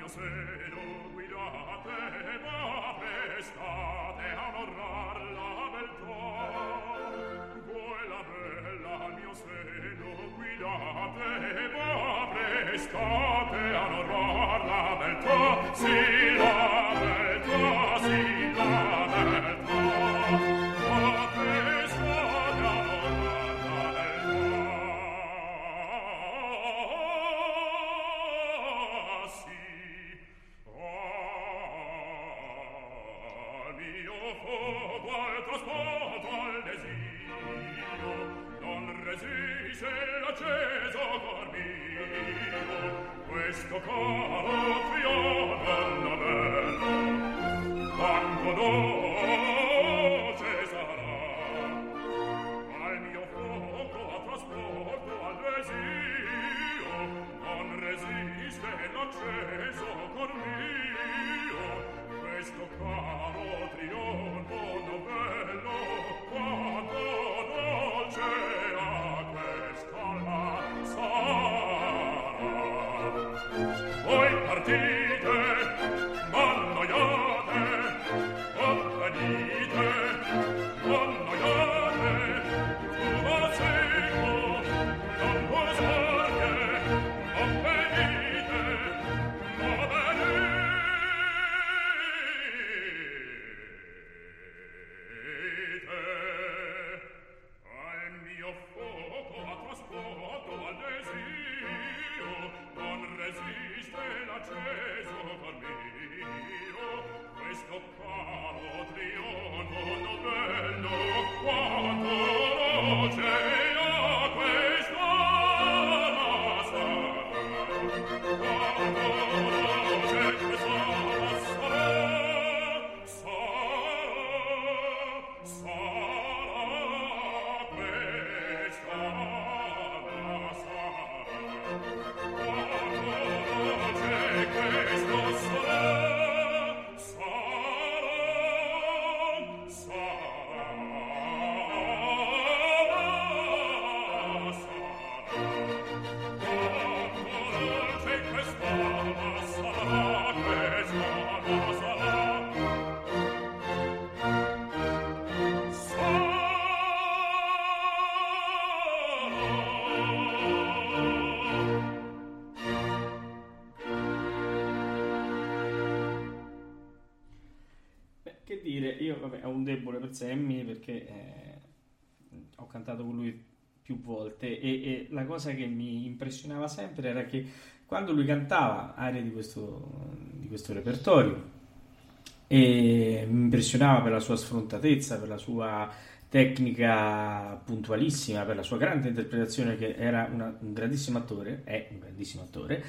mio seno guidate, ma prestate a onorar la beltà. Voi la bella al mio seno guidate, ma prestate a onorar la beltà. Sì, la beltà, sì, la beltà. Ma prestate a onorar la beltà. Sì, al mio fuoco, al trasporto, al desiderio, non resiste l'acceso cor mio, questo caro trionfo bello, quanto dolce sarà. Al mio fuoco, al trasporto, al desiderio, non resiste l'acceso cor mio, questo caro trionfo novello, quanto dolce a quest'alma sarà. Voi partite, m'annoiate, o venite, m'annoiate, tu va seguo, non posarche, o venite, o venite. Al mio fuoco, a trasporto, al desiderio, non resiste l'acceso cor mio, questo caro trionfo novello, quanto dolce a quest'alma sarà. Quanto dolce quest'alma sarà, sarà quest'alma sarà. Quanto dolce questo sarà, Che dire, io vabbè, ho un debole per Sammy perché ho cantato con lui più volte e la cosa che mi impressionava sempre era che quando lui cantava arie di questo repertorio e mi impressionava per la sua sfrontatezza, per la sua tecnica puntualissima, per la sua grande interpretazione, che era un grandissimo attore, è un grandissimo attore.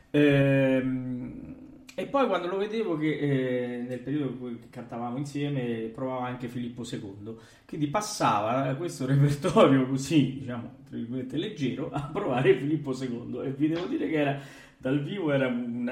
E poi quando lo vedevo che nel periodo in cui cantavamo insieme provava anche Filippo II, quindi passava questo repertorio così, diciamo, tra virgolette leggero, a provare Filippo II, e vi devo dire che dal vivo era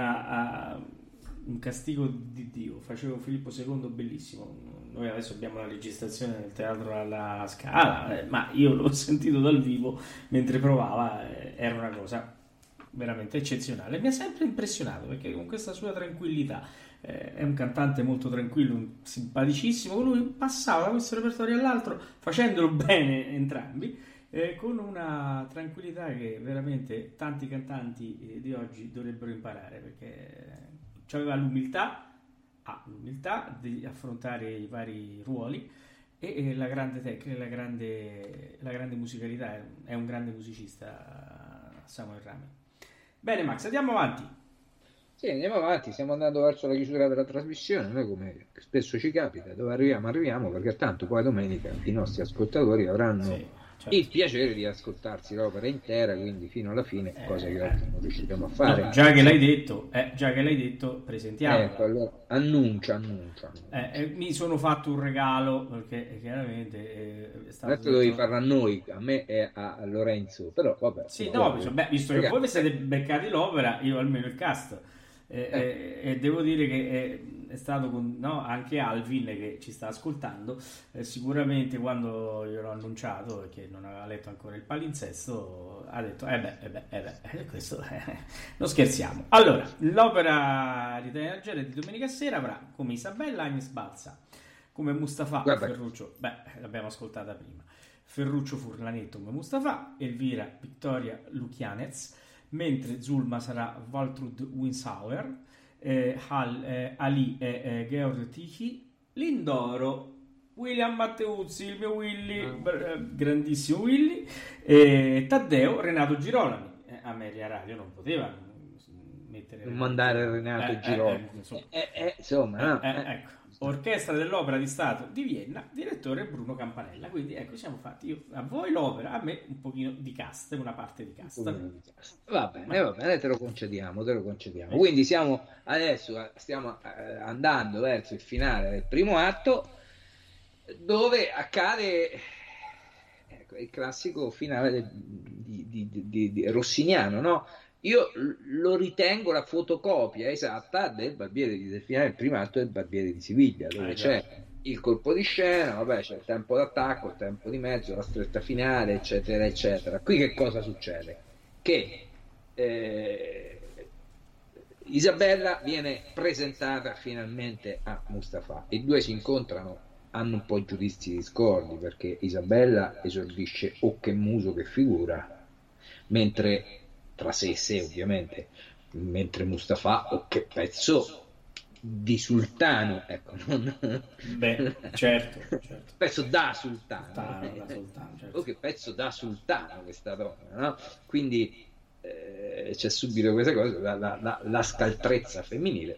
un castigo di Dio. Facevo Filippo II bellissimo. Noi adesso abbiamo la registrazione del teatro alla Scala, ma io l'ho sentito dal vivo mentre provava, era una cosa veramente eccezionale. Mi ha sempre impressionato perché con questa sua tranquillità, è un cantante molto tranquillo, simpaticissimo. Lui passava da questo repertorio all'altro facendolo bene entrambi, con una tranquillità che veramente tanti cantanti di oggi dovrebbero imparare, perché aveva l'umiltà di affrontare i vari ruoli e la grande tecnica, la grande musicalità. È un grande musicista, Samuel Rami. Bene Max, andiamo avanti. Sì, andiamo avanti, stiamo andando verso la chiusura della trasmissione. Noi, come spesso ci capita, dove arriviamo, perché tanto poi domenica i nostri ascoltatori avranno il piacere di ascoltarsi l'opera intera, quindi fino alla fine, cosa che oggi non riusciremo a fare. No, già che l'hai detto, presentiamo. Ecco, allora, annuncia. Mi sono fatto un regalo, perché chiaramente adesso dovevi farlo a noi, a me e a Lorenzo, però vabbè. Sì, no, visto che voi vi siete beccati l'opera, io almeno il cast. E devo dire che è stato anche Alvin che ci sta ascoltando, sicuramente quando io l'ho annunciato, perché non aveva letto ancora il palinsesto, ha detto questo non scherziamo. Allora, l'opera di Daniel Argento di domenica sera avrà come Isabella Agnes Balsa, come Mustafa Ferruccio, l'abbiamo ascoltata prima, Ferruccio Furlanetto come Mustafa, Elvira Vittoria Lukianez, mentre Zulma sarà Waltrud Winsauer, Ali e Georg Tichy, Lindoro William Matteuzzi, il mio Willy, grandissimo Willy, Taddeo Renato Girolami. Ameria Radio non poteva mettere mandare Renato Girolami, insomma, ecco. Orchestra dell'Opera di Stato di Vienna, direttore Bruno Campanella. Quindi ecco, siamo fatti, io a voi l'opera, a me un pochino di cast, una parte di cast. Va bene, te lo concediamo. Quindi stiamo andando verso il finale del primo atto, dove accade il classico finale di rossiniano, no? Io lo ritengo la fotocopia esatta del Barbiere del finale del primo atto del Barbiere di Siviglia, dove c'è il colpo di scena, c'è il tempo d'attacco, il tempo di mezzo, la stretta finale, eccetera, eccetera. Qui che cosa succede? Che Isabella viene presentata finalmente a Mustafa. I due si incontrano, hanno un po' giudizi discordi, perché Isabella esordisce "Oh che muso, che figura", mentre tra sé e sé ovviamente, mentre Mustafa "Oh che pezzo di sultano", ecco, certo. Pezzo da sultano, certo. "Oh che pezzo da sultano questa donna", no? Quindi c'è subito questa cosa, la scaltrezza femminile.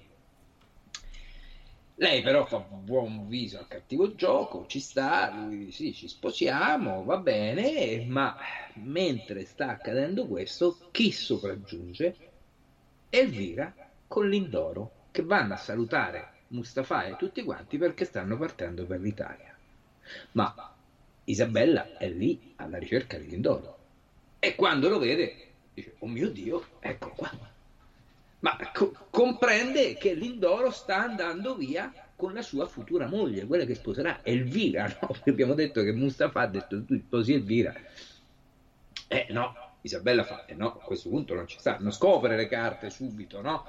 Lei però fa buon viso al cattivo gioco, ci sta, lui sì, ci sposiamo, va bene, ma mentre sta accadendo questo, chi sopraggiunge? Elvira con Lindoro, che vanno a salutare Mustafa e tutti quanti perché stanno partendo per l'Italia. Ma Isabella è lì alla ricerca di Lindoro, e quando lo vede dice: "Oh mio Dio, ecco qua". Ma comprende che Lindoro sta andando via con la sua futura moglie, quella che sposerà, Elvira, no? Abbiamo detto che Mustafa ha detto: "Tu sposi Elvira". No, Isabella fa: no, a questo punto non ci sta, non scopre le carte subito, no?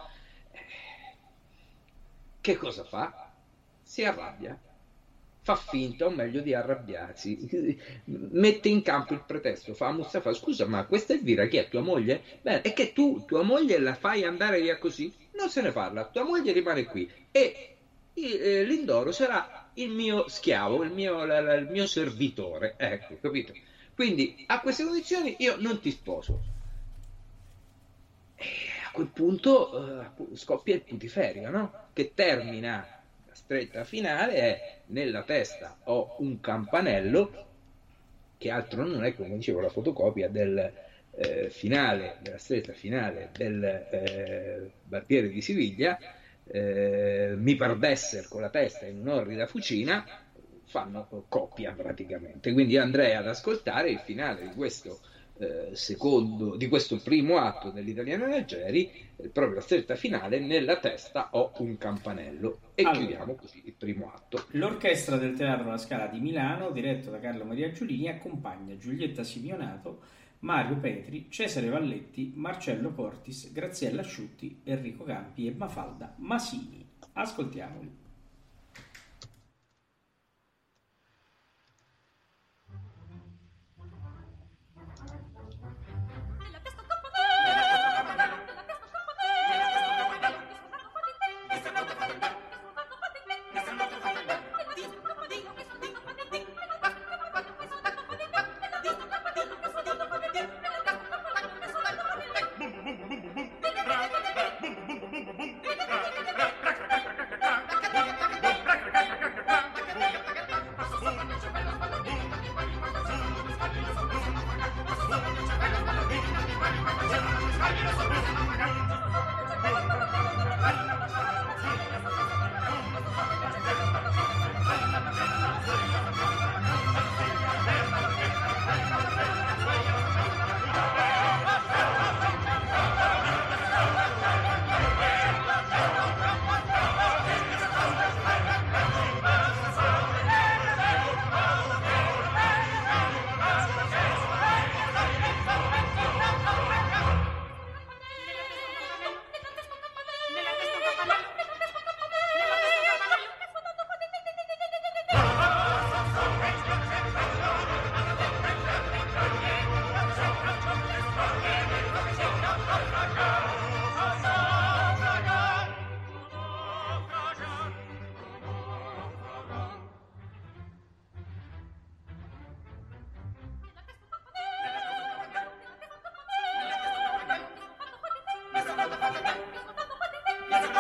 Che cosa fa? Si arrabbia, fa finta, o meglio di arrabbiarsi, mette in campo il pretesto, fa a Mustafa: "Scusa, ma questa Elvira chi è, tua moglie? Beh, è che tua moglie la fai andare via così? Non se ne parla, tua moglie rimane qui e Lindoro sarà il mio schiavo, il mio servitore", ecco, capito? Quindi a queste condizioni io non ti sposo. E a quel punto scoppia il putiferio, no? Che termina. Stretta finale è: nella testa ho un campanello, che altro non è, come dicevo, la fotocopia del finale, della stretta finale del Barbiere di Siviglia. Mi par d'essere con la testa in un'orrida fucina, fanno coppia praticamente. Quindi andrei ad ascoltare il finale di questo di questo primo atto dell'Italiano in Algeri, proprio la stretta finale: nella testa ho un campanello, e chiudiamo così il primo atto. L'orchestra del Teatro La Scala di Milano, diretto da Carlo Maria Giulini, accompagna Giulietta Simeonato, Mario Petri, Cesare Valletti, Marcello Cortis, Graziella Asciutti, Enrico Campi e Mafalda Masini. Ascoltiamoli.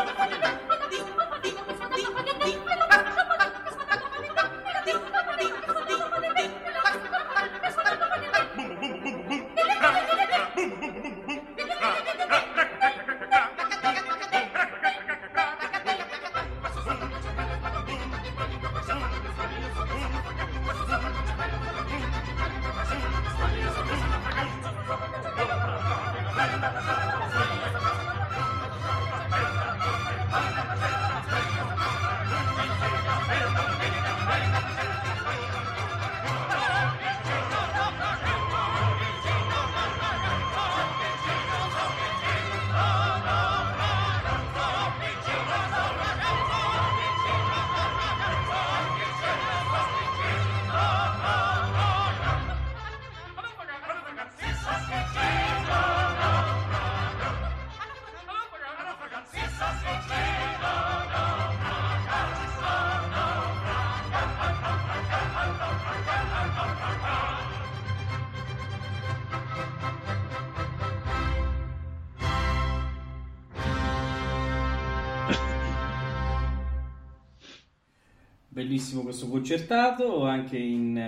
Bellissimo questo concertato, anche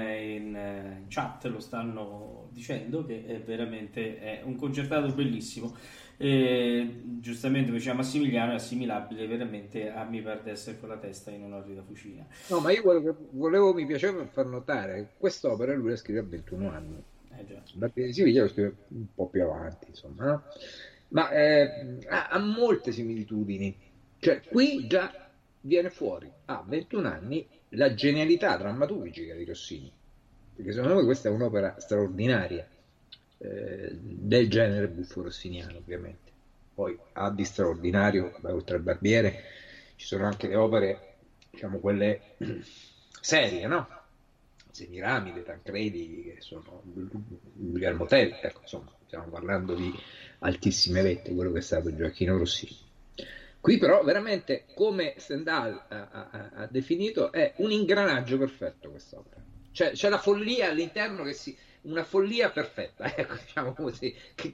in chat lo stanno dicendo che è un concertato bellissimo. Giustamente come diceva Massimiliano, è assimilabile veramente a Mi pare d'essere con la testa in un'orrida fucina. No, ma io mi piaceva far notare che quest'opera lui la scrive a 21 anni. Già. Barbiere di Siviglia lo scrive un po' più avanti, insomma, no? Ma ha molte similitudini. Cioè, qui già viene fuori a 21 anni la genialità drammaturgica di Rossini, perché secondo me questa è un'opera straordinaria del genere buffo rossiniano, ovviamente. Poi ha di straordinario, oltre al Barbiere ci sono anche le opere, diciamo quelle serie, no? Semiramide, Tancredi, che sono Guglielmo Tell, ecco, insomma, stiamo parlando di altissime vette, quello che è stato Gioacchino Rossini. Qui però veramente, come Stendhal ha definito, è un ingranaggio perfetto quest'opera. Cioè c'è la follia all'interno, una follia perfetta, ecco, diciamo così,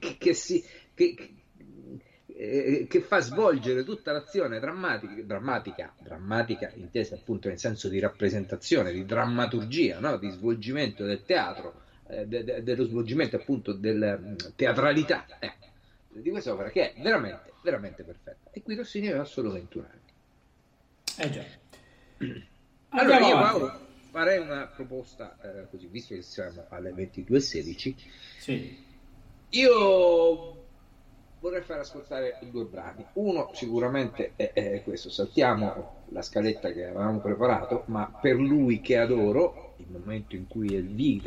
che fa svolgere tutta l'azione drammatica intesa appunto nel senso di rappresentazione, di drammaturgia, no? Di svolgimento del teatro, dello svolgimento appunto della teatralità, di quest'opera, che è veramente, veramente perfetta. E qui Rossini aveva solo 21 anni. Già. Allora io, Paolo, farei una proposta, così, visto che siamo alle 22:16. Sì. Io vorrei far ascoltare 2 brani. Uno sicuramente è questo, saltiamo la scaletta che avevamo preparato, ma Per lui che adoro, il momento in cui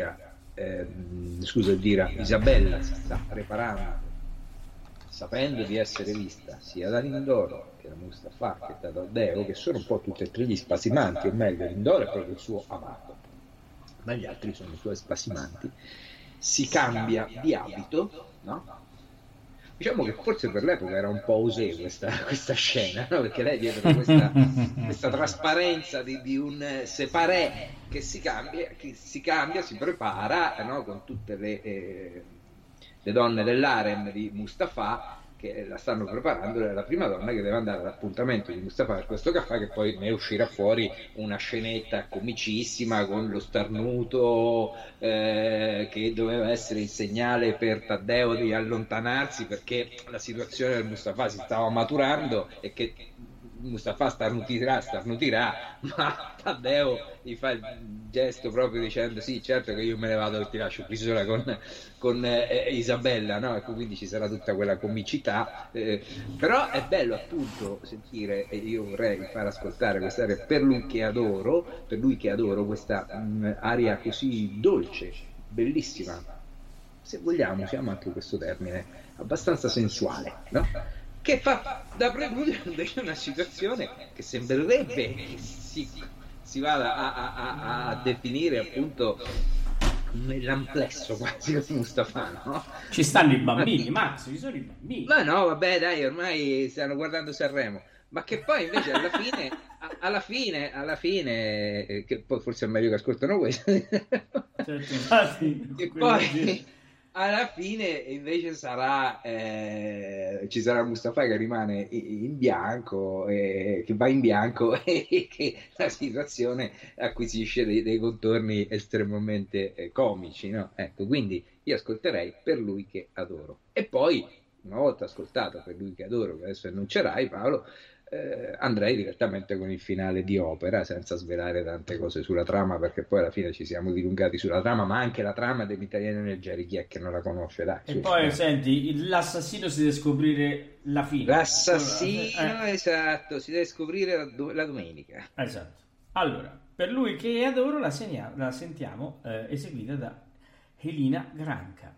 Isabella si sta preparando, sapendo di essere vista sia da Lindoro che da Mustafà che da Taddeo, che sono un po' tutti e tre gli spasimanti, o meglio Lindoro è proprio il suo amato, ma gli altri sono i suoi spasimanti, si cambia di abito, no? Diciamo che forse per l'epoca era un po' osé questa scena, no? Perché lei dietro questa trasparenza di un separé che si cambia, si prepara, no? Con tutte le donne dell'harem di Mustafà che la stanno preparando, è la prima donna che deve andare all'appuntamento di Mustafà per questo caffè, che poi ne uscirà fuori una scenetta comicissima con lo starnuto che doveva essere il segnale per Taddeo di allontanarsi, perché la situazione del Mustafà si stava maturando e che Mustafà starnutirà, ma Taddeo gli fa il gesto proprio dicendo sì, certo che io me ne vado e ti lascio qui sola con Isabella, no? E quindi ci sarà tutta quella comicità, però è bello appunto sentire, e io vorrei far ascoltare quest'aria Per lui che adoro, questa aria così dolce, bellissima, se vogliamo usiamo anche questo termine, abbastanza sensuale, no? Che fa da preludio invece una situazione che sembrerebbe che si vada a definire appunto l'amplesso quasi come Mustafà, no? Ci stanno i bambini, Max, ci sono i bambini. Ma no, vabbè, dai, ormai stanno guardando Sanremo. Ma che poi invece alla fine che poi forse è meglio che ascoltano questo. Certo, infatti, e poi alla fine invece ci sarà Mustafa che rimane in bianco, che va in bianco e che la situazione acquisisce dei contorni estremamente comici, no? Ecco, quindi io ascolterei Per lui che adoro. E poi, una volta ascoltato Per lui che adoro, che adesso annuncerai, Paolo, andrei direttamente con il finale di Opera, senza svelare tante cose sulla trama, perché poi alla fine ci siamo dilungati sulla trama, ma anche la trama dell'Italiano nel Geri, chi è che non la conosce, dai. E poi senti, l'assassino si deve scoprire la fine. L'assassino, esatto, si deve scoprire la domenica. Esatto. Allora, Per lui che adoro la sentiamo eseguita da Elina Granca.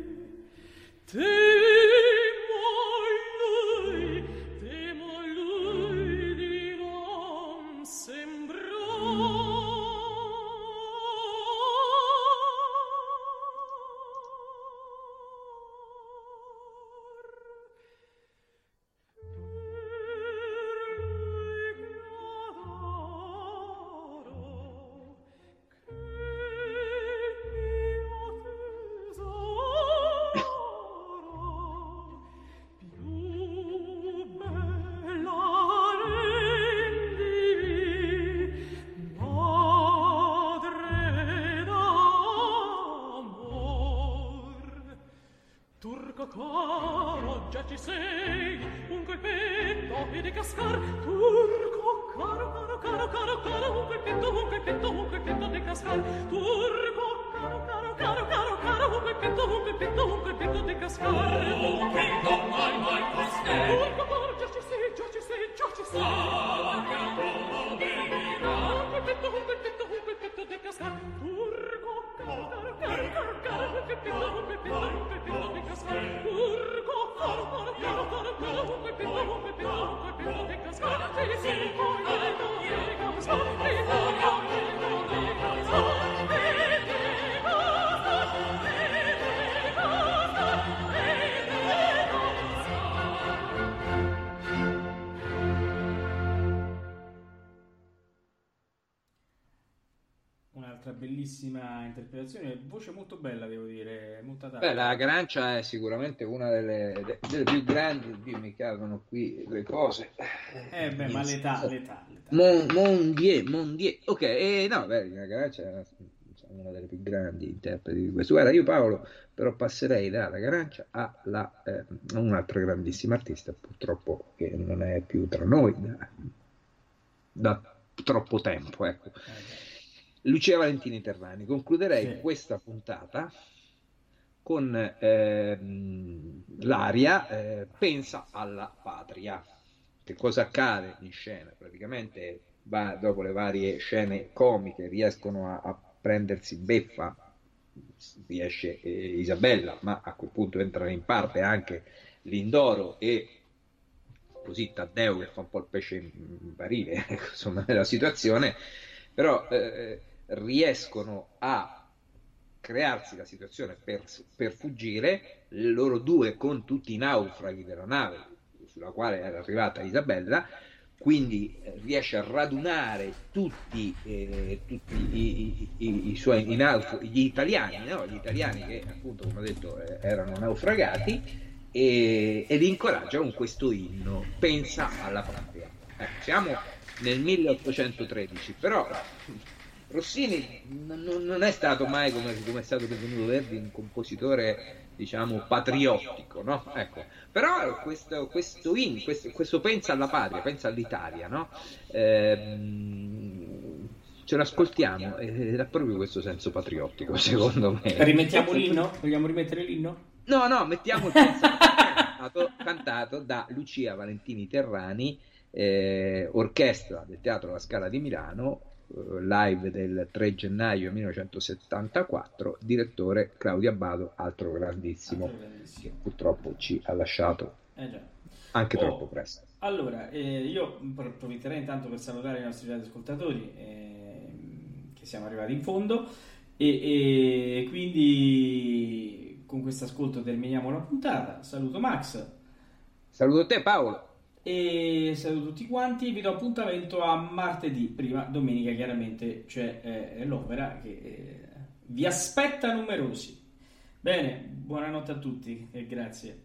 Temo lui caro, già ci sei, un colpetto e di cascar, turco, caro, caro, caro, caro, un colpetto di cascar, turco, caro, caro, caro, caro, un colpetto di cascar, un colpetto mai cascar, turco, caro, già ci sei, già ci sei, già ci sei, un colpetto di cascar, turco, caro, caro, caro, caro, un colpetto di cascar, turco, caro, caro, caro, caro, caro, un colpetto di cascar, sì, poi un'altra bellissima interpretazione, voce molto bella, devo dire, molto adatta. Beh, la Grancia è sicuramente una delle più grandi. Mi cadono qui le cose. Ma l'età. Mondier. Ok, no, beh, la Grancia è una delle più grandi interpreti di questo. Guarda, io Paolo però passerei dalla Grancia a un'altra grandissima artista, purtroppo che non è più tra noi da troppo tempo, ecco. Lucia Valentini Terrani. Concluderei questa puntata con l'aria Pensa alla patria. Che cosa accade in scena? Praticamente dopo le varie scene comiche riescono a prendersi beffa, riesce Isabella, ma a quel punto entrano in parte anche Lindoro e così Taddeo, che fa un po' il pesce in barile, insomma, nella situazione, però riescono a crearsi la situazione per fuggire, loro due con tutti i naufraghi della nave sulla quale era arrivata Isabella, quindi riesce a radunare tutti i suoi gli italiani, no? Gli italiani che appunto, come ho detto, erano naufragati, e li incoraggia con questo inno, Pensa alla patria. Siamo nel 1813, però Rossini non è stato mai, come è stato definito Verdi, un compositore, diciamo, patriottico, no? Ecco. Però questo pensa alla patria, pensa all'Italia, no? Ce l'ascoltiamo ed ha proprio questo senso patriottico, secondo me. Rimettiamo l'inno? Vogliamo rimettere l'inno? No, mettiamo il pensa cantato da Lucia Valentini Terrani, orchestra del Teatro La Scala di Milano, live del 3 gennaio 1974, direttore Claudio Abbado, altro grandissimo, che purtroppo ci ha lasciato anche troppo presto. Allora, io approfitterei intanto per salutare i nostri ascoltatori, che siamo arrivati in fondo, e quindi con questo ascolto terminiamo la puntata. Saluto Max. Saluto te, Paolo. E saluto tutti quanti, vi do appuntamento a martedì. Prima domenica chiaramente c'è l'opera che vi aspetta numerosi. Bene, buonanotte a tutti e grazie.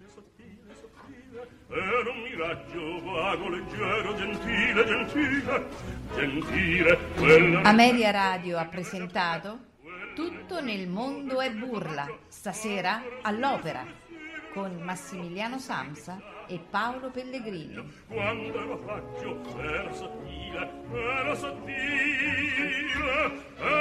Era un miraggio vago, leggero, gentile, gentile, gentile. Quella... Ameria Radio ha presentato Tutto nel mondo è burla, stasera all'Opera, con Massimiliano Samsa e Paolo Pellegrini. Quando ero faccio, era sottile, era sottile,